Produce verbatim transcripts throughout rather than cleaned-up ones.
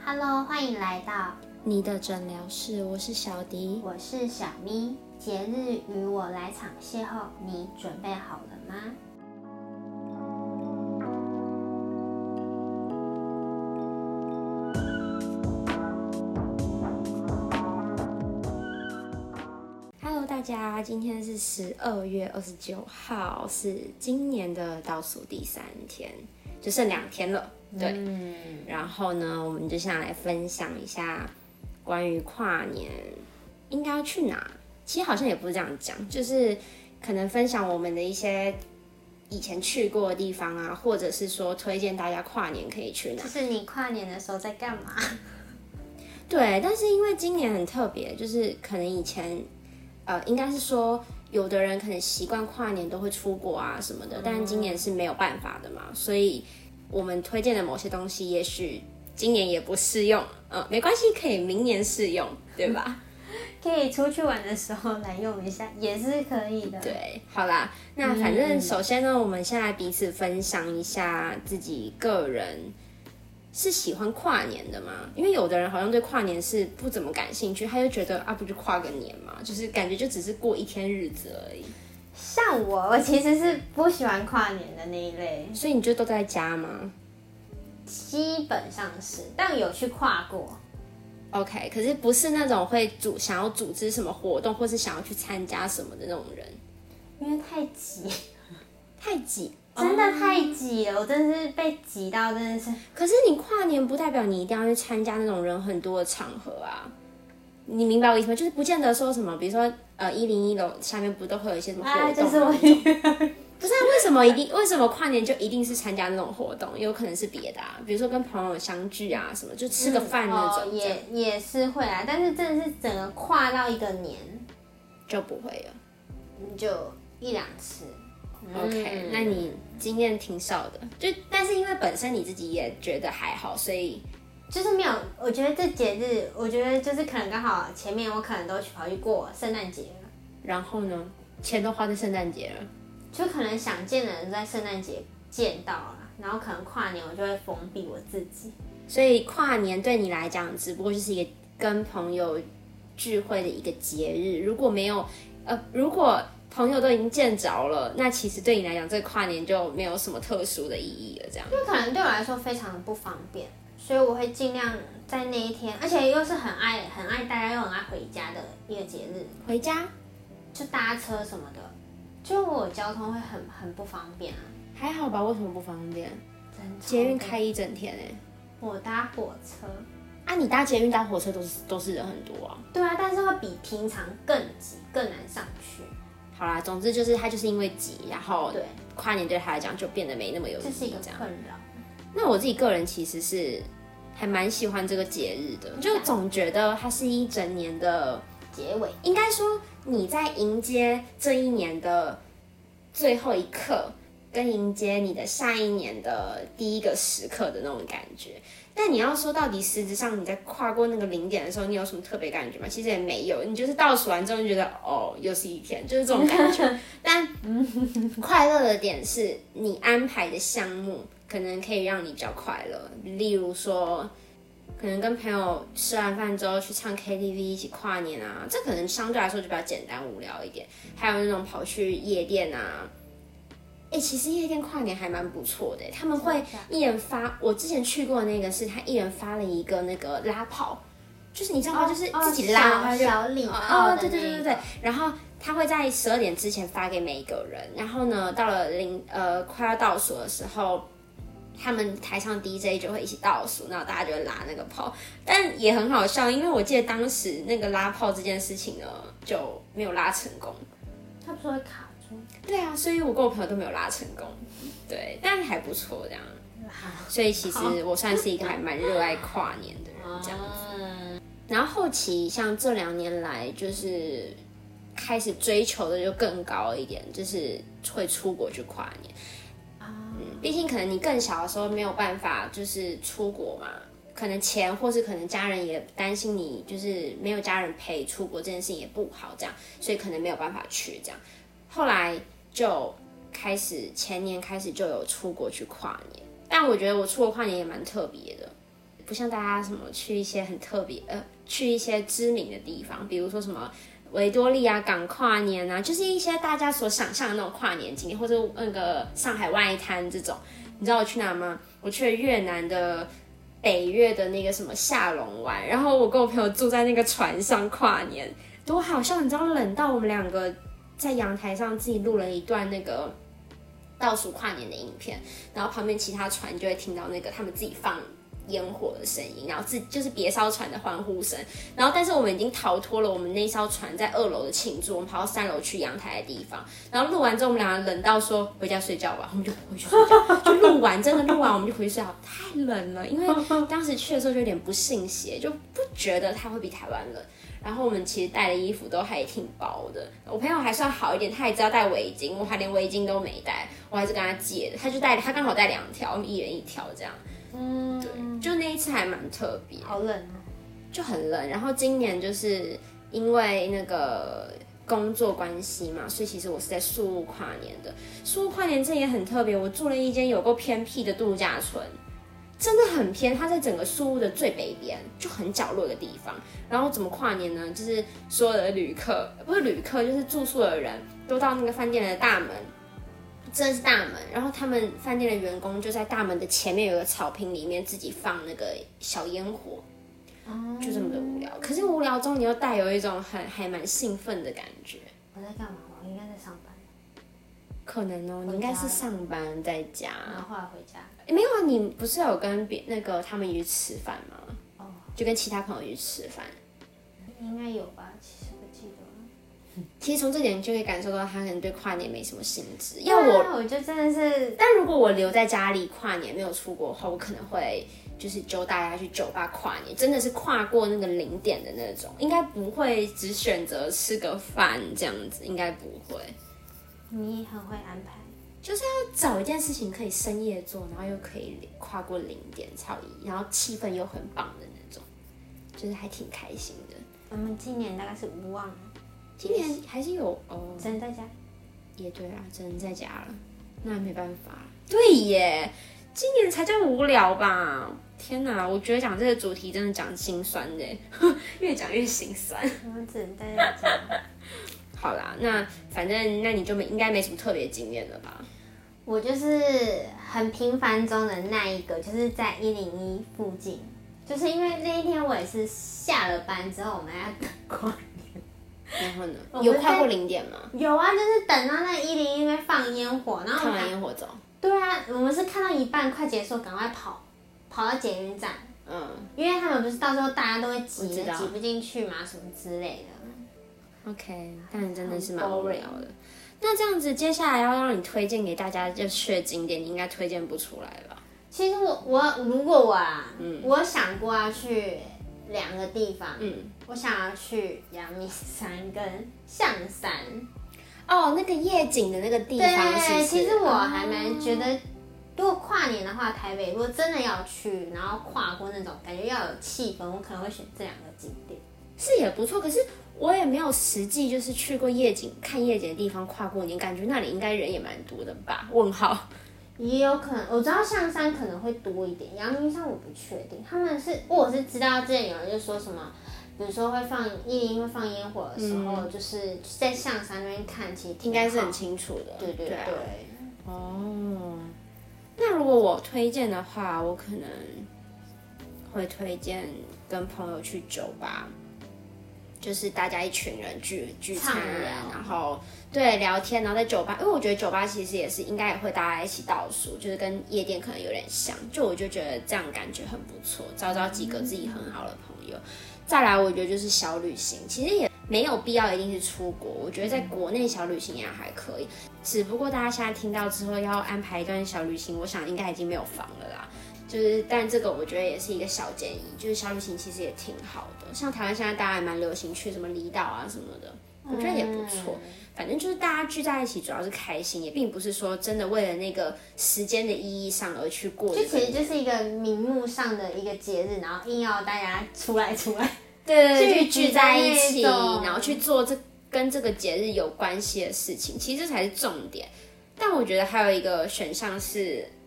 Hello， 欢迎来到你的诊疗室，我是小迪， 我是小咪。节日与我来场邂逅，你准备好了吗 ？Hello， 大家，今天是十二月二十九号，是今年的倒数第三天，就剩两天了。对，嗯、然后呢，我们就想来分享一下关于跨年应该要去哪。其实好像也不是这样讲，就是可能分享我们的一些以前去过的地方啊，或者是说推荐大家跨年可以去哪。 就是你跨年的时候在干嘛？ 对，但是因为今年很特别，就是可能以前呃，应该是说有的人可能习惯跨年都会出国啊什么的，嗯、但是今年是没有办法的嘛，所以我们推荐的某些东西，也许今年也不适用，嗯，没关系，可以明年适用，对吧？ 可以出去玩的时候来用一下，也是可以的。 对，好啦，那反正首先呢，嗯、我们现在彼此分享一下自己个人是喜欢跨年的吗？因为有的人好像对跨年是不怎么感兴趣，他就觉得啊，不就跨个年嘛，就是感觉就只是过一天日子而已。 像我，我其实是不喜欢跨年的那一类， 所以你就都在家吗？ 基本上是，但有去跨过。 OK， 可是不是那种会组想要组织什么活动，或是想要去参加什么的那种人， 因为太挤， 太挤， 真的太挤了，我真的是被挤到，真的是。 可是你跨年不代表你一定要去参加那种人很多的场合啊，你明白我意思吗？就是不见得说什么，比如说呃一零一楼下面不都会有一些什么活动、啊？ 就是我不是、啊、为什么一定为什么跨年就一定是参加那种活动？有可能是别的啊，比如说跟朋友相聚啊什么，就吃个饭那种、 嗯哦、也也是会啊，但是真的是整个跨到一个年就不会了， 就一两次。 OK，、嗯、那你经验挺少的，就但是因为本身你自己也觉得还好，所以就是没有。我觉得这节日，我觉得就是可能刚好前面我可能都去跑去过圣诞节了， 然后呢，钱都花在圣诞节了。 就可能想见的人在圣诞节见到了，然后可能跨年我就会封闭我自己。 所以跨年对你来讲，只不过就是一个跟朋友聚会的一个节日。如果没有，呃，如果朋友都已经见着了，那其实对你来讲，这个跨年就没有什么特殊的意义了。这样， 因为可能对我来说非常的不方便，所以我会尽量在那一天，而且又是很爱很爱大家又很爱回家的一个节日。 回家就搭车什么的。就我交通会很很不方便啊， 还好吧？为什么不方便？捷运开一整天哎、欸， 我搭火车啊，你搭捷运搭火车都是都是人很多啊。 对啊，但是会比平常更挤，更难上去。 好啦，总之就是他就是因为挤，然后对跨年对他来讲就变得没那么有意义， 这是一个困扰。 那我自己个人其实是还蛮喜欢这个节日的，就总觉得它是一整年的结尾， 应该说。你在迎接这一年的最后一刻，跟迎接你的下一年的第一个时刻的那种感觉。但你要说到底，实质上你在跨过那个零点的时候，你有什么特别感觉吗？其实也没有，你就是倒数完之后，你觉得哦，又是一天，就是这种感觉。但快乐的点是你安排的项目可能可以让你比较快乐，例如说。可能跟朋友吃完饭之后去唱 K T V 一起跨年啊，这可能相对来说就比较简单无聊一点。还有那种跑去夜店啊，哎、欸，其实夜店跨年还蛮不错的，他们会一人发。我之前去过的那个是他一人发了一个那个拉炮，就是你知道吗？哦、就是自己拉， 哦、小礼炮、 哦，对对对对对，然后他会在十二点之前发给每一个人，然后呢，到了零呃快要倒数的时候。他们台上 D J 就会一起倒数，然后大家就会拉那个炮，但也很好笑，因为我记得当时那个拉炮这件事情呢就没有拉成功。 他不是会卡住？ 对啊，所以我跟我朋友都没有拉成功。对，但还不错这样。所以其实我算是一个还蛮热爱跨年的人这样子。然后后期像这两年来，就是开始追求的就更高一点，就是会出国去跨年。毕竟可能你更小的时候没有办法就是出国嘛，可能钱或是可能家人也担心你就是没有家人陪出国这件事情也不好这样，所以可能没有办法去这样。后来就开始前年开始就有出国去跨年，但我觉得我出国跨年也蛮特别的， 不像大家什么去一些很特别呃，去一些知名的地方，比如说什么维多利亚港跨年啊，就是一些大家所想象的那种跨年景点，或者那个上海外滩这种。你知道我去哪吗？我去了越南的北越的那个什么下龙湾，然后我跟我朋友住在那个船上跨年，多好笑！你知道冷到我们两个在阳台上自己录了一段那个倒数跨年的影片，然后旁边其他船就会听到那个他们自己放烟火的声音，然后自就是别艘船的欢呼声，然后但是我们已经逃脱了我们那艘船在二楼的庆祝，我们跑到三楼去阳台的地方，然后录完之后我们两个冷到说回家睡觉吧，我们就回去睡觉，就录完真的录完我们就回去睡觉，太冷了，因为当时去的时候就有点不信邪，就不觉得它会比台湾冷。然后我们其实带的衣服都还挺薄的，我朋友还算好一点，他也知道带围巾，我还连围巾都没带，我还是跟他借的，他就带，他刚好带两条，我们一人一条这样。嗯，对，就那一次还蛮特别， 好冷哦， 就很冷。然后今年就是因为那个工作关系嘛，所以其实我是在宿务跨年的。宿务跨年这也很特别，我住了一间有够偏僻的度假村。真的很偏，它在整个宿务的最北边，就很角落的地方。然后怎么跨年呢？就是所有的旅客，不是旅客，就是住宿的人都到那个饭店的大门，真的是大门。然后他们饭店的员工就在大门的前面有个草坪里面自己放那个小烟火，就这么的无聊。可是无聊中你又带有一种很还蛮兴奋的感觉。 我在干嘛？我应该在上班。 可能哦，你应该是上班在家， 然后后来回家。 欸、没有啊，你不是有跟别那个他们一起吃饭吗？ 哦， 就跟其他朋友一起吃饭。 应该有吧，其实不记得了。 其实从这点就可以感受到他可能对跨年没什么兴致。 要我，我就真的是， 但如果我留在家里跨年没有出国的话，我可能会就是揪大家去酒吧跨年，真的是跨过那个零点的那种，应该不会只选择吃个饭这样子，应该不会。 你很会安排。 就是要找一件事情可以深夜做，然后又可以跨过零点超一，然后气氛又很棒的那种，就是还挺开心的。 我们今年大概是无望， 今年还是有哦， 只能在家。 也对啊，只能在家了，那没办法。对耶，今年才叫无聊吧？天哪，我觉得讲这个主题真的讲心酸的，越讲越心酸。 我们只能待在家。 好啦，那反正那你就没应该没什么特别经验了吧？ 我就是很平凡中的那一个，就是在一零一附近，就是因为那一天我也是下了班之后，我们要等跨年。 然后呢？有跨过零点吗？ 有啊，就是等到那一零一那边放烟火，然后看完烟火走。 对啊，我们是看到一半快结束，赶快跑，跑到捷运站。嗯，因为他们不是到时候大家都会挤挤不进去嘛，什么之类的。 OK， 但真的是蛮无聊的。那这样子，接下来要让你推荐给大家就去的景点，你应该推荐不出来吧？ 其实我我如果我啊，嗯，我想过要去两个地方，嗯，我想要去阳明山跟象山。 哦，那个夜景的那个地方是不是？ 对，其实我还蛮觉得，如果跨年的话，台北如果真的要去，然后跨过那种感觉要有气氛，我可能会选这两个景点。 是也不错，可是我也没有实际就是去过夜景看夜景的地方跨过年，感觉那里应该人也蛮多的吧？问号。 也有可能，我知道象山可能会多一点，阳明山我不确定。他们是，我是知道之前有人就说什么，比如说会放一零一会放烟火的时候，嗯、就是在象山那边看，其实应该是很清楚的。 对对对。对啊、 哦，那如果我推荐的话，我可能会推荐跟朋友去酒吧。就是大家一群人聚聚餐，然后对聊天，然后在酒吧，因为我觉得酒吧其实也是应该也会大家一起倒数，就是跟夜店可能有点像，就我就觉得这样感觉很不错，找找几个自己很好的朋友。再来，我觉得就是小旅行，其实也没有必要一定是出国，我觉得在国内小旅行也还可以，只不过大家现在听到之后要安排一段小旅行，我想应该已经没有房了啦。就是，但这个我觉得也是一个小建议，就是小旅行其实也挺好的。像台湾现在大家还蛮流行去什么离岛啊什么的，我觉得也不错。反正就是大家聚在一起，主要是开心，也并不是说真的为了那个时间的意义上而去过。 就其实就是一个名目上的一个节日，然后硬要大家出来出来， 对，聚聚在一起，然后去做这跟这个节日有关系的事情，其实这才是重点。但我觉得还有一个选项是。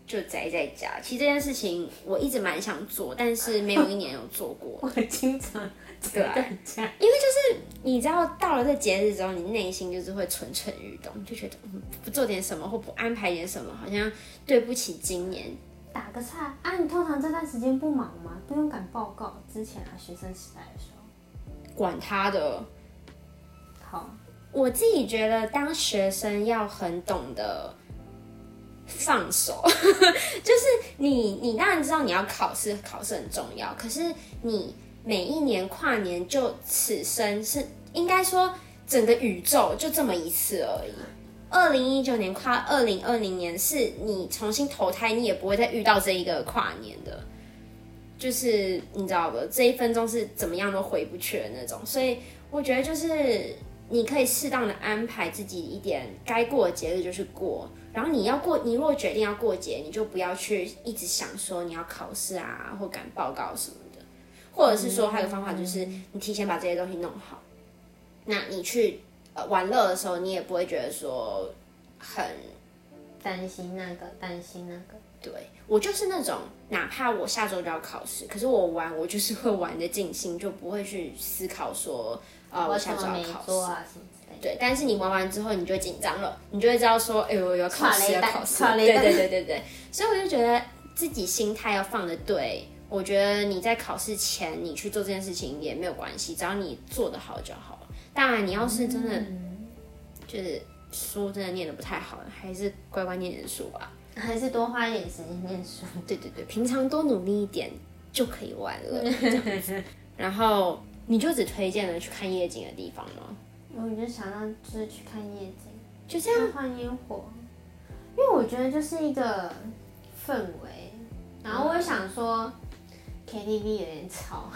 就宅在家。其实这件事情我一直蛮想做，但是没有一年有做过。 我经常宅在家， 因为就是你知道，到了这节日之后，你内心就是会蠢蠢欲动，就觉得嗯，不做点什么或不安排点什么，好像对不起今年。 打个岔啊，你通常这段时间不忙吗？不用赶报告？之前啊，学生时代的时候， 管他的。 好， 我自己觉得当学生要很懂得放手，就是你你当然知道你要考试，考试很重要，可是你每一年跨年就此生是应该说整个宇宙就这么一次而已。二零一九年跨二零二零年是你重新投胎，你也不会再遇到这一个跨年的，就是你知道的，这一分钟是怎么样都回不去的那种。所以我觉得就是你可以适当的安排自己一点该过的节日就去过，然后你要过，你如果决定要过节，你就不要去一直想说你要考试啊或赶报告什么的，或者是说还有个方法就是你提前把这些东西弄好，那你去呃玩乐的时候，你也不会觉得说很担心那个，担心那个。 对，我就是那种，哪怕我下周就要考试，可是我玩，我就是会玩的尽兴，就不会去思考说，啊、呃，我下周要考试啊什么之类的。 对，但是你玩完之后，你就会紧张了，你就会知道说，哎呦，我要考试，要考试。对对对对对，所以我就觉得自己心态要放得对。我觉得你在考试前你去做这件事情也没有关系，只要你做得好就好了。当然，你要是真的、嗯、就是书真的念得不太好，还是乖乖念点书吧。 还是多花一点时间念书。 对对对，平常多努力一点就可以玩了，这样子。然后你就只推荐了去看夜景的地方吗？ 我就想到就是去看夜景， 就这样放烟火，因为我觉得就是一个氛围。然后我也想说 ，K T V 有点吵。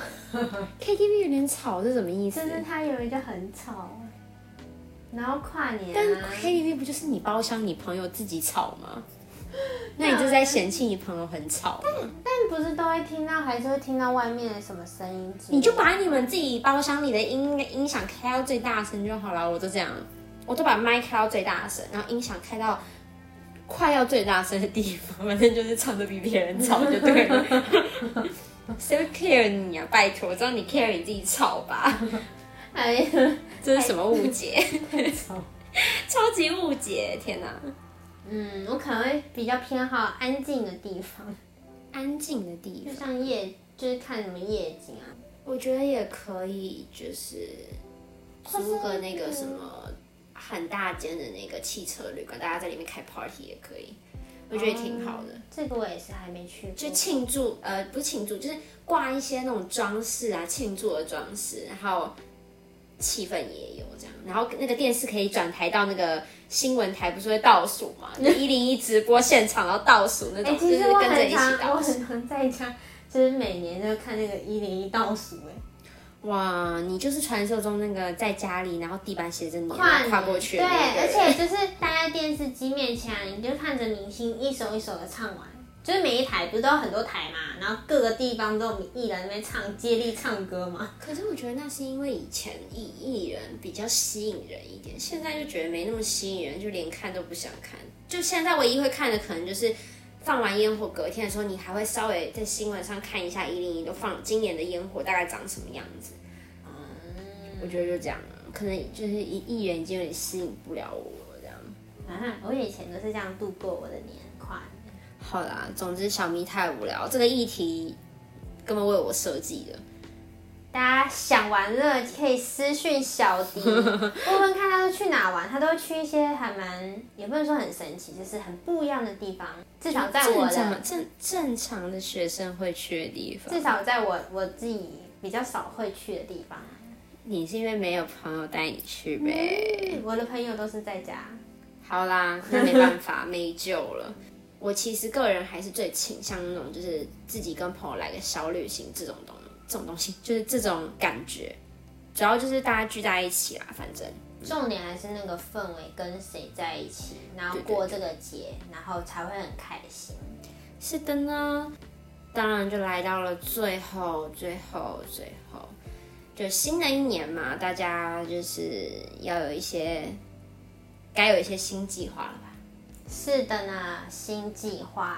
K T V 有点吵是什么意思？ 就是它有一个很吵。然后跨年、啊， 但 K T V 不就是你包厢你朋友自己吵吗？那你就在嫌弃你朋友很吵吗？ 但但不是都会听到，还是会听到外面的什么声音？ 你就把你们自己包厢里的音音响开到最大声就好了。我都这样，我都把麦开到最大声，然后音响开到快要最大声的地方，反正就是唱得比别人吵就对了。谁会 care 你啊？拜托，我知道你 care 你自己吵吧？ 哎呀， 这是什么误解？超级误解！天哪！ 嗯，我可能会比较偏好安静的地方， 安静的地方， 就像夜，就是看什么夜景啊。 我觉得也可以，就是租个那个什么很大间的那个汽车旅馆，大家在里面开 party 也可以，我觉得挺好的。 嗯、这个我也是还没去过。 就庆祝，呃，不是庆祝，就是挂一些那种装饰啊，庆祝的装饰，然后气氛也有这样，然后那个电视可以转台到那个新闻台，不是会倒数嘛？一零一直播现场，然后倒数那种， 欸、 就是跟着一起倒数。 我很常在家，就是每年都看那个一零一倒数，哎。 哇，你就是传说中那个在家里，然后地板写着你跨跨过去的对， 那个人。 而且就是待在电视机面前、啊，你就看着明星一首一首的唱完，就是每一台不是都有很多台嘛，然后各个地方都有艺人在那边唱，接力唱歌嘛。 可是我觉得那是因为以前艺艺人比较吸引人一点，现在就觉得没那么吸引人，就连看都不想看。就现在唯一会看的可能就是放完烟火隔天的时候，你还会稍微在新闻上看一下一零一都放今年的烟火大概长什么样子。嗯，我觉得就这样了，可能就是艺艺人已经有点吸引不了我这样。 啊，我以前都是这样度过我的年跨年。 好啦，总之小咪太无聊，这个议题根本为我设计的。 大家想玩乐可以私讯小迪，我们看他都去哪玩，他都会去一些还蛮，也不能说很神奇，就是很不一样的地方。至少在我的正正常的学生会去的地方， 至少在我我自己比较少会去的地方。 你是因为没有朋友带你去呗、 嗯？我的朋友都是在家。 好啦，那没办法，没救了。我其实个人还是最倾向那种，就是自己跟朋友来个小旅行这种东西。这种东西就是这种感觉，主要就是大家聚在一起啦，反正重点还是那个氛围，跟谁在一起，然后过这个节，对对对，然后才会很开心。 是的呢，当然就来到了最后、最后、最后，就新的一年嘛，大家就是要有一些，该有一些新计划了吧？ 是的呢，新计划。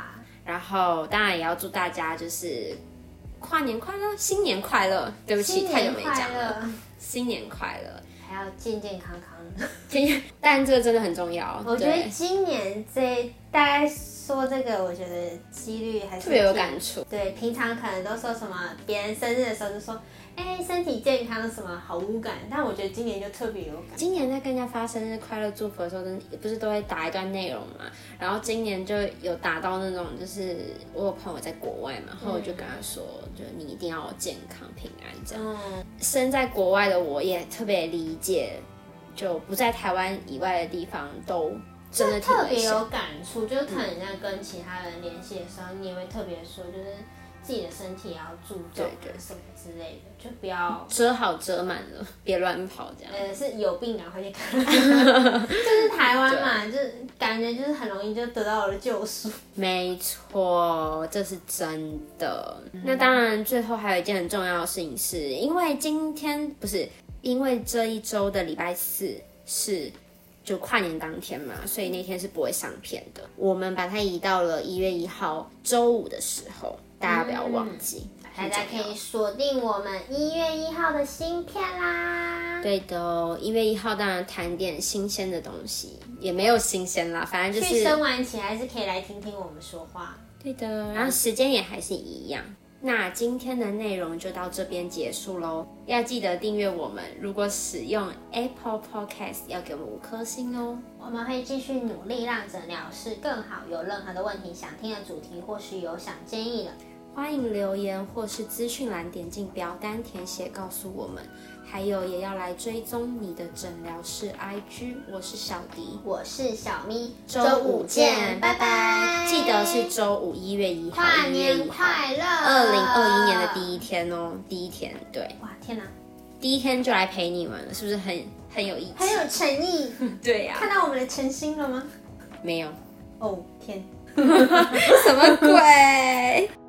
然后当然也要祝大家就是跨年快乐，新年快乐。对不起，太久没讲了。新年快乐， 还要健健康康。 但这个真的很重要。 我觉得今年这大概说这个，我觉得几率还是特别有感触。 对，平常可能都说什么，别人生日的时候就说，哎、欸，身体健康什么好无感，但我觉得今年就特别有感。 今年在跟人家发生日快乐祝福的时候，真的不是都会打一段内容嘛？然后今年就有打到那种，就是我有朋友在国外嘛，然后我就跟他说，就你一定要健康平安这样。嗯，身在国外的我也特别理解。就不在台湾以外的地方都真的特别有感触，就是可能在跟其他人联系的时候，嗯、你也会特别说，就是自己的身体也要注重，对对，什么之类的，就不要遮好遮满了，别乱跑这样。 呃，是有病赶快去看，就是台湾嘛，就是感觉就是很容易就得到了救赎。 没错，这是真的。嗯、那当然，最后还有一件很重要的事情是，因为今天不是。因为这一周的礼拜四是就跨年当天嘛，所以那天是不会上片的。我们把它移到了一月一号周五的时候，大家不要忘记。 嗯、大家可以锁定我们一月一号的新片啦。 对的，一月一号当然谈点新鲜的东西，也没有新鲜啦，反正就是去生完期还是可以来听听我们说话。 对的，然后时间也还是一样。那今天的内容就到这边结束咯，要记得订阅我们，如果使用 Apple Podcast 要给我们五颗星哦。 我们会继续努力让诊疗室更好，有任何的问题想听的主题或是有想建议的， 欢迎留言或是资讯栏点进表单填写告诉我们，还有也要来追踪你的诊疗室 I G。 我是小迪， 我是小咪， 周五见，拜拜。记得是周五一月一号， 跨年快乐， 二零二一年的第一天哦，第一天，对， 哇天哪， 第一天就来陪你们了，是不是很很有意思， 很有诚意？ 对呀、啊， 看到我们的诚心了吗？ 没有。 哦天， 什么鬼？